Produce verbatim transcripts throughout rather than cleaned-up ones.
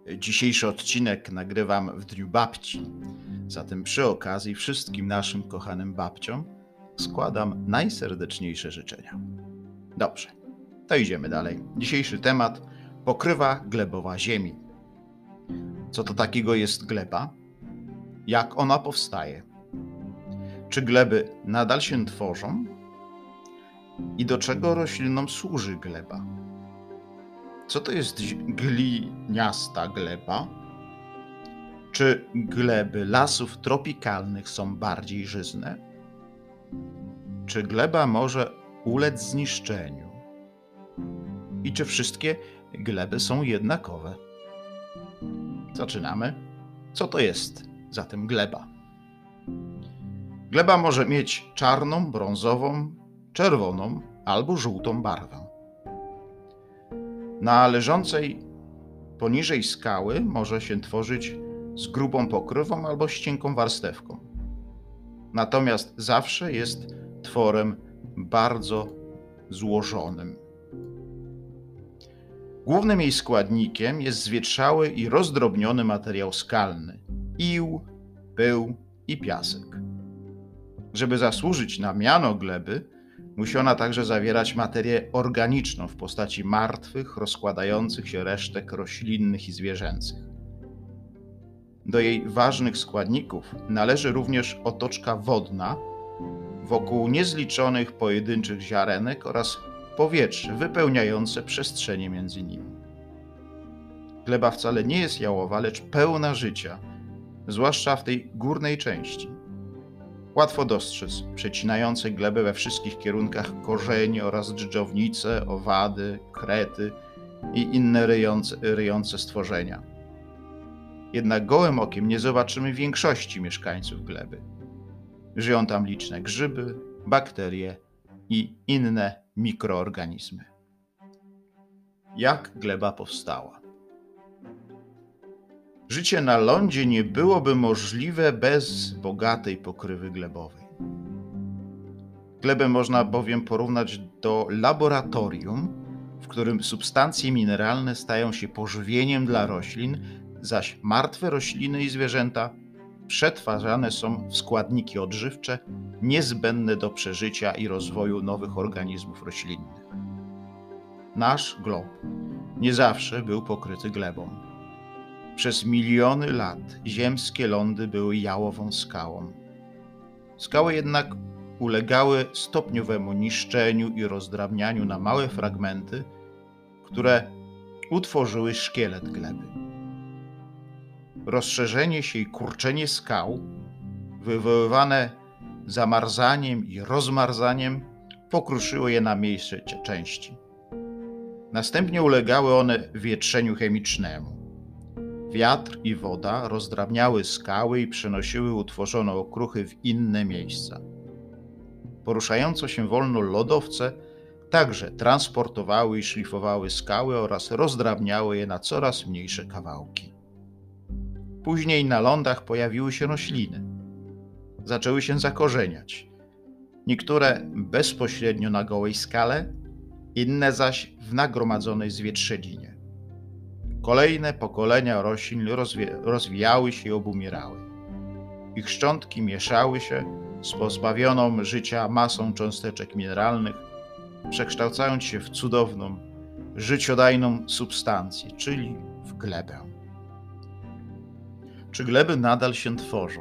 Dzisiejszy odcinek nagrywam w Dniu Babci, zatem przy okazji wszystkim naszym kochanym babciom składam najserdeczniejsze życzenia. Dobrze, to idziemy dalej. Dzisiejszy temat: pokrywa glebowa ziemi. Co to takiego jest gleba? Jak ona powstaje? Czy gleby nadal się tworzą? I do czego roślinom służy gleba? Co to jest gliniasta gleba? Czy gleby lasów tropikalnych są bardziej żyzne? Czy gleba może ulec zniszczeniu? I czy wszystkie gleby są jednakowe? Zaczynamy. Co to jest zatem gleba? Gleba może mieć czarną, brązową, czerwoną albo żółtą barwę. Na leżącej poniżej skały może się tworzyć z grubą pokrywą albo z cienką warstewką. Natomiast zawsze jest tworem bardzo złożonym. Głównym jej składnikiem jest zwietrzały i rozdrobniony materiał skalny, ił, pył i piasek. Żeby zasłużyć na miano gleby, musi ona także zawierać materię organiczną w postaci martwych, rozkładających się resztek roślinnych i zwierzęcych. Do jej ważnych składników należy również otoczka wodna wokół niezliczonych pojedynczych ziarenek oraz powietrze wypełniające przestrzenie między nimi. Gleba wcale nie jest jałowa, lecz pełna życia, zwłaszcza w tej górnej części. Łatwo dostrzec przecinające glebę we wszystkich kierunkach korzenie oraz dżdżownice, owady, krety i inne ryjące, ryjące stworzenia. Jednak gołym okiem nie zobaczymy większości mieszkańców gleby. Żyją tam liczne grzyby, bakterie i inne mikroorganizmy. Jak gleba powstała? Życie na lądzie nie byłoby możliwe bez bogatej pokrywy glebowej. Glebę można bowiem porównać do laboratorium, w którym substancje mineralne stają się pożywieniem dla roślin, zaś martwe rośliny i zwierzęta przetwarzane są w składniki odżywcze niezbędne do przeżycia i rozwoju nowych organizmów roślinnych. Nasz glob nie zawsze był pokryty glebą. Przez miliony lat ziemskie lądy były jałową skałą. Skały jednak ulegały stopniowemu niszczeniu i rozdrabnianiu na małe fragmenty, które utworzyły szkielet gleby. Rozszerzenie się i kurczenie skał, wywoływane zamarzaniem i rozmarzaniem, pokruszyło je na mniejsze części. Następnie ulegały one wietrzeniu chemicznemu. Wiatr i woda rozdrabniały skały i przenosiły utworzone okruchy w inne miejsca. Poruszające się wolno lodowce także transportowały i szlifowały skały oraz rozdrabniały je na coraz mniejsze kawałki. Później na lądach pojawiły się rośliny. Zaczęły się zakorzeniać. Niektóre bezpośrednio na gołej skale, inne zaś w nagromadzonej zwietrzelinie. Kolejne pokolenia roślin rozwi- rozwijały się i obumierały. Ich szczątki mieszały się z pozbawioną życia masą cząsteczek mineralnych, przekształcając się w cudowną, życiodajną substancję, czyli w glebę. Czy gleby nadal się tworzą?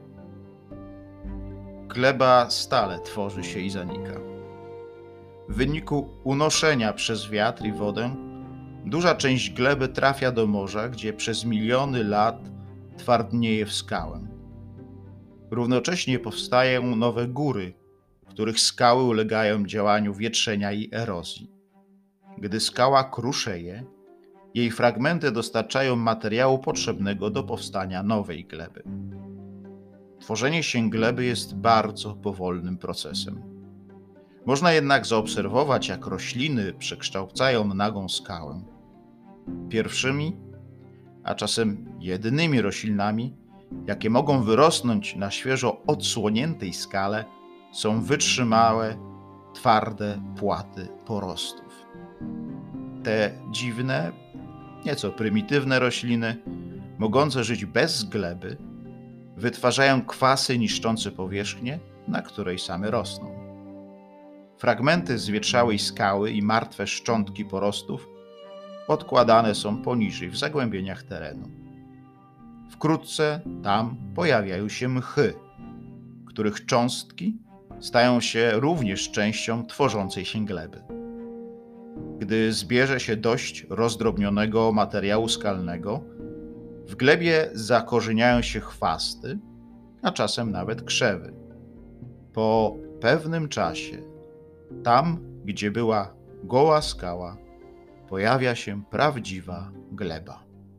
Gleba stale tworzy się i zanika. W wyniku unoszenia przez wiatr i wodę duża część gleby trafia do morza, gdzie przez miliony lat twardnieje w skałę. Równocześnie powstają nowe góry, których skały ulegają działaniu wietrzenia i erozji. Gdy skała kruszeje, jej fragmenty dostarczają materiału potrzebnego do powstania nowej gleby. Tworzenie się gleby jest bardzo powolnym procesem. Można jednak zaobserwować, jak rośliny przekształcają nagą skałę. Pierwszymi, a czasem jedynymi roślinami, jakie mogą wyrosnąć na świeżo odsłoniętej skale, są wytrzymałe, twarde płaty porostów. Te dziwne, nieco prymitywne rośliny, mogące żyć bez gleby, wytwarzają kwasy niszczące powierzchnię, na której same rosną. Fragmenty zwietrzałej skały i martwe szczątki porostów podkładane są poniżej, w zagłębieniach terenu. Wkrótce tam pojawiają się mchy, których cząstki stają się również częścią tworzącej się gleby. Gdy zbierze się dość rozdrobnionego materiału skalnego, w glebie zakorzeniają się chwasty, a czasem nawet krzewy. Po pewnym czasie, tam, gdzie była goła skała, pojawia się prawdziwa gleba.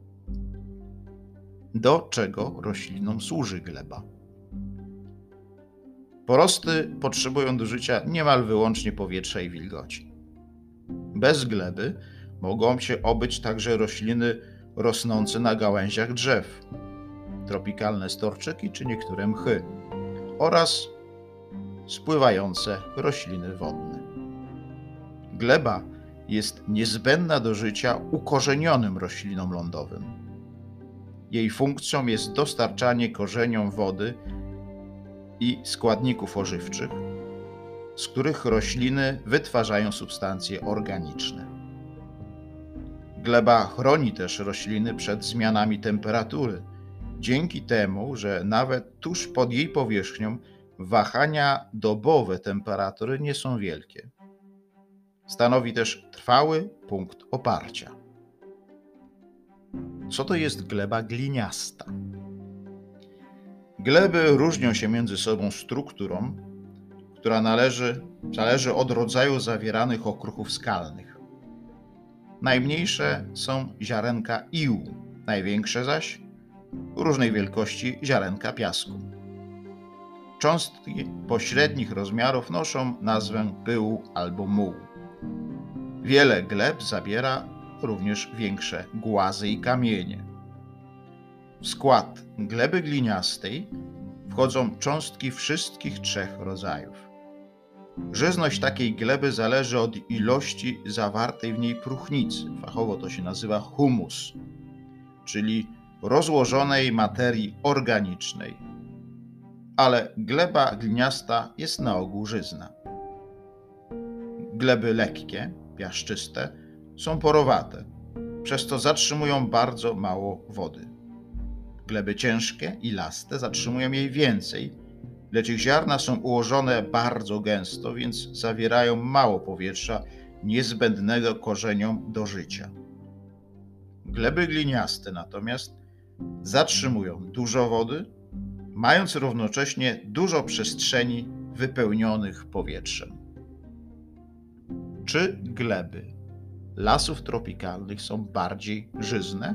Do czego roślinom służy gleba? Porosty potrzebują do życia niemal wyłącznie powietrza i wilgoci. Bez gleby mogą się obyć także rośliny rosnące na gałęziach drzew, tropikalne storczyki czy niektóre mchy oraz spływające rośliny wodne. Gleba jest niezbędna do życia ukorzenionym roślinom lądowym. Jej funkcją jest dostarczanie korzeniom wody i składników odżywczych, z których rośliny wytwarzają substancje organiczne. Gleba chroni też rośliny przed zmianami temperatury, dzięki temu, że nawet tuż pod jej powierzchnią wahania dobowe temperatury nie są wielkie. Stanowi też trwały punkt oparcia. Co to jest gleba gliniasta? Gleby różnią się między sobą strukturą, która należy, zależy od rodzaju zawieranych okruchów skalnych. Najmniejsze są ziarenka iłu, największe zaś różnej wielkości ziarenka piasku. Cząstki pośrednich rozmiarów noszą nazwę pyłu albo mułu. Wiele gleb zawiera również większe głazy i kamienie. W skład gleby gliniastej wchodzą cząstki wszystkich trzech rodzajów. Żyzność takiej gleby zależy od ilości zawartej w niej próchnicy, fachowo to się nazywa humus, czyli rozłożonej materii organicznej. Ale gleba gliniasta jest na ogół żyzna. Gleby lekkie, piaszczyste są porowate, przez co zatrzymują bardzo mało wody. Gleby ciężkie i laste zatrzymują jej więcej, lecz ich ziarna są ułożone bardzo gęsto, więc zawierają mało powietrza niezbędnego korzeniom do życia. Gleby gliniaste natomiast zatrzymują dużo wody, mając równocześnie dużo przestrzeni wypełnionych powietrzem. Czy gleby lasów tropikalnych są bardziej żyzne?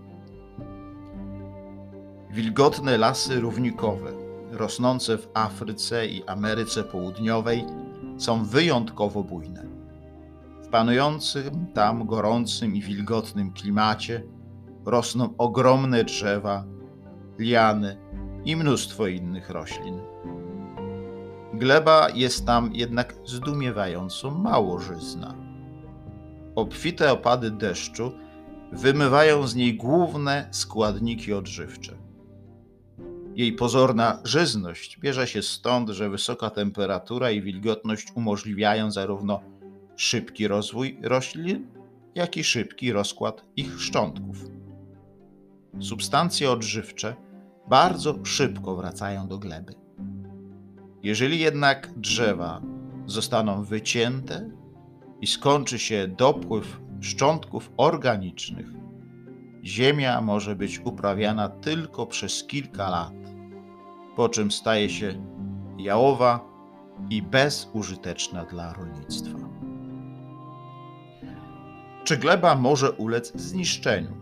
Wilgotne lasy równikowe, rosnące w Afryce i Ameryce Południowej, są wyjątkowo bujne. W panującym tam gorącym i wilgotnym klimacie rosną ogromne drzewa, liany i mnóstwo innych roślin. Gleba jest tam jednak zdumiewająco mało żyzna. Obfite opady deszczu wymywają z niej główne składniki odżywcze. Jej pozorna żyzność bierze się stąd, że wysoka temperatura i wilgotność umożliwiają zarówno szybki rozwój roślin, jak i szybki rozkład ich szczątków. Substancje odżywcze bardzo szybko wracają do gleby. Jeżeli jednak drzewa zostaną wycięte i skończy się dopływ szczątków organicznych, ziemia może być uprawiana tylko przez kilka lat, po czym staje się jałowa i bezużyteczna dla rolnictwa. Czy gleba może ulec zniszczeniu?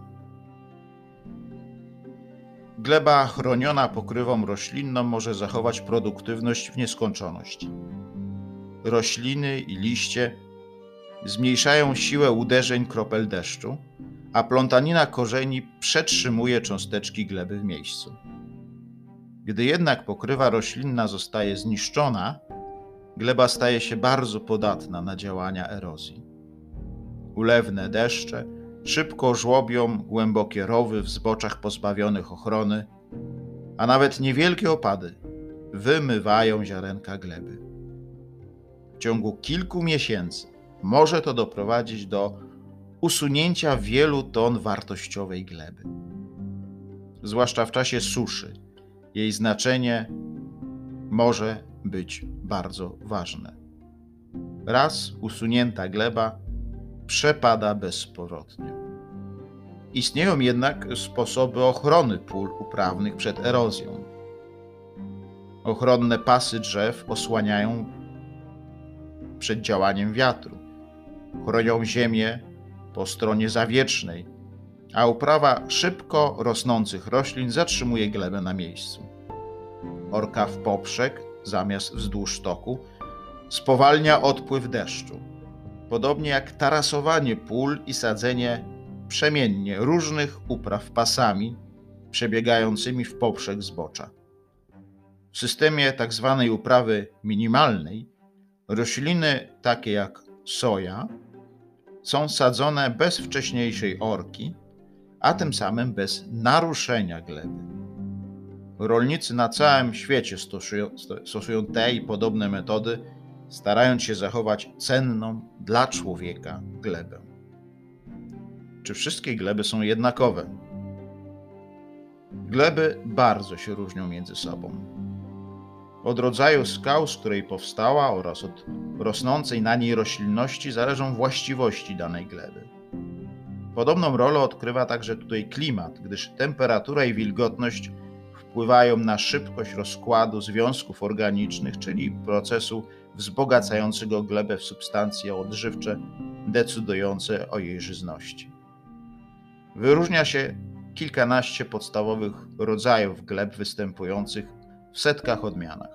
Gleba chroniona pokrywą roślinną może zachować produktywność w nieskończoność. Rośliny i liście zmniejszają siłę uderzeń kropel deszczu, a plątanina korzeni przetrzymuje cząsteczki gleby w miejscu. Gdy jednak pokrywa roślinna zostaje zniszczona, gleba staje się bardzo podatna na działania erozji. Ulewne deszcze Szybko żłobią głębokie rowy w zboczach pozbawionych ochrony, a nawet niewielkie opady wymywają ziarenka gleby. W ciągu kilku miesięcy może to doprowadzić do usunięcia wielu ton wartościowej gleby. Zwłaszcza w czasie suszy jej znaczenie może być bardzo ważne. Raz usunięta gleba przepada bezpowrotnie. Istnieją jednak sposoby ochrony pól uprawnych przed erozją. Ochronne pasy drzew osłaniają przed działaniem wiatru, chronią ziemię po stronie zawietrznej, a uprawa szybko rosnących roślin zatrzymuje glebę na miejscu. Orka w poprzek zamiast wzdłuż toku spowalnia odpływ deszczu, podobnie jak tarasowanie pól i sadzenie przemiennie różnych upraw pasami przebiegającymi w poprzek zbocza. W systemie tzw. uprawy minimalnej rośliny takie jak soja są sadzone bez wcześniejszej orki, a tym samym bez naruszenia gleby. Rolnicy na całym świecie stosują, stosują te i podobne metody, starając się zachować cenną dla człowieka glebę. Czy wszystkie gleby są jednakowe? Gleby bardzo się różnią między sobą. Od rodzaju skał, z której powstała, oraz od rosnącej na niej roślinności zależą właściwości danej gleby. Podobną rolę odgrywa także tutaj klimat, gdyż temperatura i wilgotność wpływają na szybkość rozkładu związków organicznych, czyli procesu wzbogacającego glebę w substancje odżywcze decydujące o jej żyzności. Wyróżnia się kilkanaście podstawowych rodzajów gleb występujących w setkach odmianach.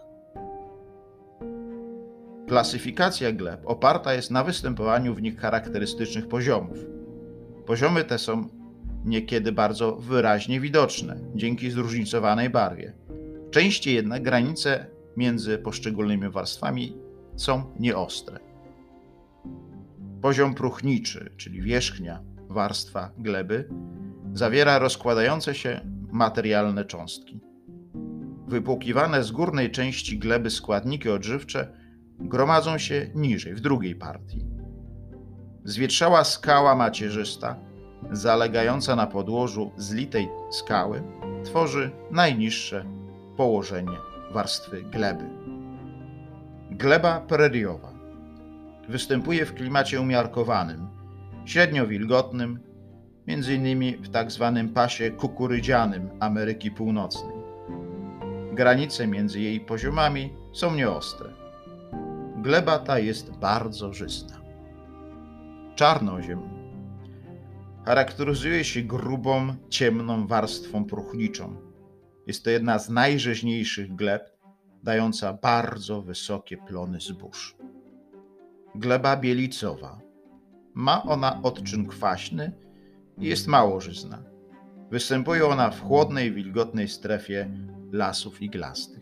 Klasyfikacja gleb oparta jest na występowaniu w nich charakterystycznych poziomów. Poziomy te są niekiedy bardzo wyraźnie widoczne dzięki zróżnicowanej barwie. Częściej jednak granice między poszczególnymi warstwami są nieostre. Poziom próchniczy, czyli wierzchnia warstwa gleby, zawiera rozkładające się materialne cząstki. Wypłukiwane z górnej części gleby składniki odżywcze gromadzą się niżej, w drugiej partii. Zwietrzała skała macierzysta, zalegająca na podłożu zlitej skały, tworzy najniższe położenie warstwy gleby. Gleba preriowa występuje w klimacie umiarkowanym, średnio wilgotnym, między innymi w tzw. pasie kukurydzianym Ameryki Północnej. Granice między jej poziomami są nieostre. Gleba ta jest bardzo żyzna. Czarnoziem charakteryzuje się grubą, ciemną warstwą próchniczą. Jest to jedna z najrzeźniejszych gleb, dająca bardzo wysokie plony zbóż. Gleba bielicowa. Ma ona odczyn kwaśny i jest mało żyzna. Występuje ona w chłodnej, wilgotnej strefie lasów iglastych.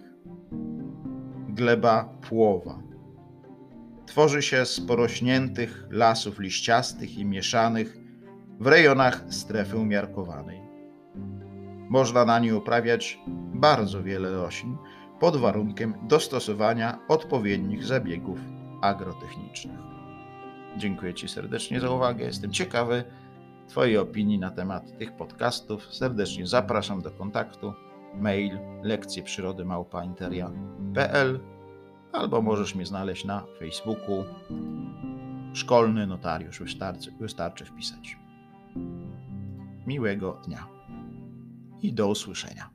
Gleba płowa. Tworzy się z porośniętych lasów liściastych i mieszanych w rejonach strefy umiarkowanej. Można na niej uprawiać bardzo wiele roślin pod warunkiem dostosowania odpowiednich zabiegów agrotechnicznych. Dziękuję Ci serdecznie za uwagę. Jestem ciekawy Twojej opinii na temat tych podcastów. Serdecznie zapraszam do kontaktu. Mail lekcje przyrody małpa interia kropka p l albo możesz mnie znaleźć na Facebooku. Szkolny notariusz, wystarczy, wystarczy wpisać. Miłego dnia i do usłyszenia.